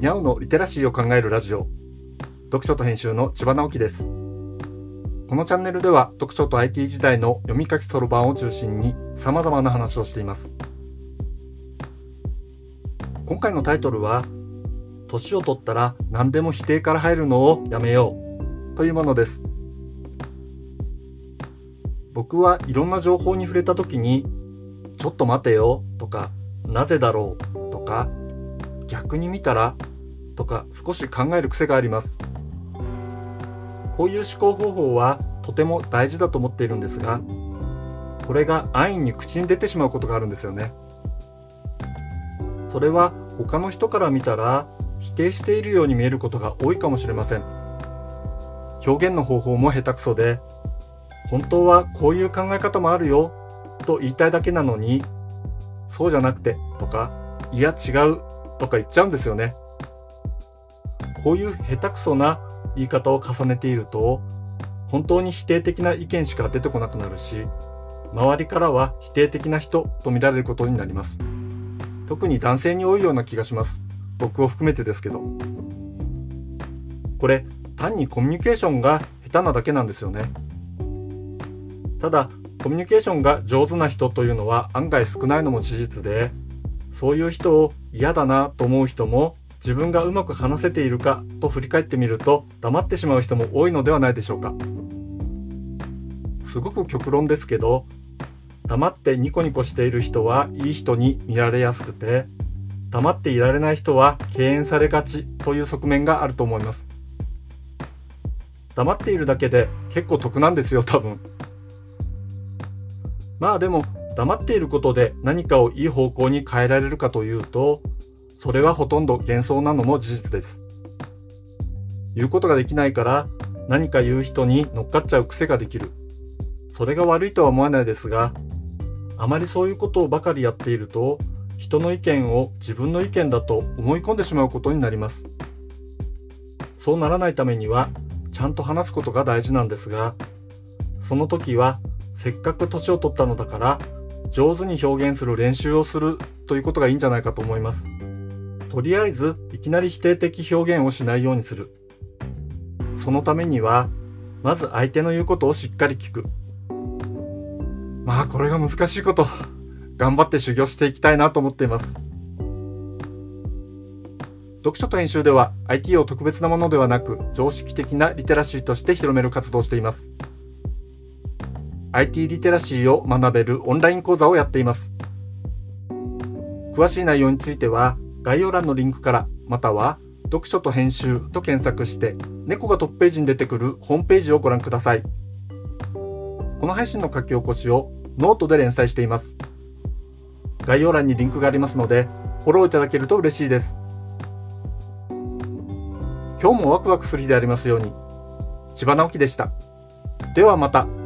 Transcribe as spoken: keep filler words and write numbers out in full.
にゃおのリテラシーを考えるラジオ、読書と編集の千葉直樹です。このチャンネルでは読書と アイティー 時代の読み書きそろばんを中心に様々な話をしています。今回のタイトルは、年を取ったら何でも否定から入るのをやめようというものです。僕はいろんな情報に触れたときに、ちょっと待てよとか、なぜだろうとか、逆に見たらとか少し考える癖があります。こういう思考方法はとても大事だと思っているんですが、これが安易に口に出てしまうことがあるんですよね。それは他の人から見たら否定しているように見えることが多いかもしれません。表現の方法も下手くそで、本当はこういう考え方もあるよと言いたいだけなのに、そうじゃなくてとか、いや違うとか言っちゃうんですよね。こういう下手くそな言い方を重ねていると、本当に否定的な意見しか出てこなくなるし、周りからは否定的な人と見られることになります。特に男性に多いような気がします。僕を含めてですけど。これ、単にコミュニケーションが下手なだけなんですよね。ただ、コミュニケーションが上手な人というのは案外少ないのも事実で、そういう人を嫌だなと思う人も、自分がうまく話せているかと振り返ってみると黙ってしまう人も多いのではないでしょうか。すごく極論ですけど、黙ってニコニコしている人はいい人に見られやすくて、黙っていられない人は敬遠されがちという側面があると思います。黙っているだけで結構得なんですよ、多分。まあでも、黙っていることで何かをいい方向に変えられるかというと、それはほとんど幻想なのも事実です。言うことができないから何か言う人に乗っかっちゃう癖ができる。それが悪いとは思わないですが、あまりそういうことをばかりやっていると、人の意見を自分の意見だと思い込んでしまうことになります。そうならないためには、ちゃんと話すことが大事なんですが、その時はせっかく年を取ったのだから、上手に表現する練習をするということがいいんじゃないかと思います。とりあえずいきなり否定的表現をしないようにする。そのためにはまず相手の言うことをしっかり聞く。まあこれが難しいこと、頑張って修行していきたいなと思っています。読書と編集では アイティー を特別なものではなく常識的なリテラシーとして広める活動をしています。アイティー リテラシーを学べるオンライン講座をやっています。詳しい内容については概要欄のリンクからまたは読書と編集と検索して猫がトップページに出てくるホームページをご覧ください。この配信の書き起こしをノートで連載しています。概要欄にリンクがありますのでフォローいただけると嬉しいです。今日もワクワクする日でありますように。千葉直樹でした。ではまた。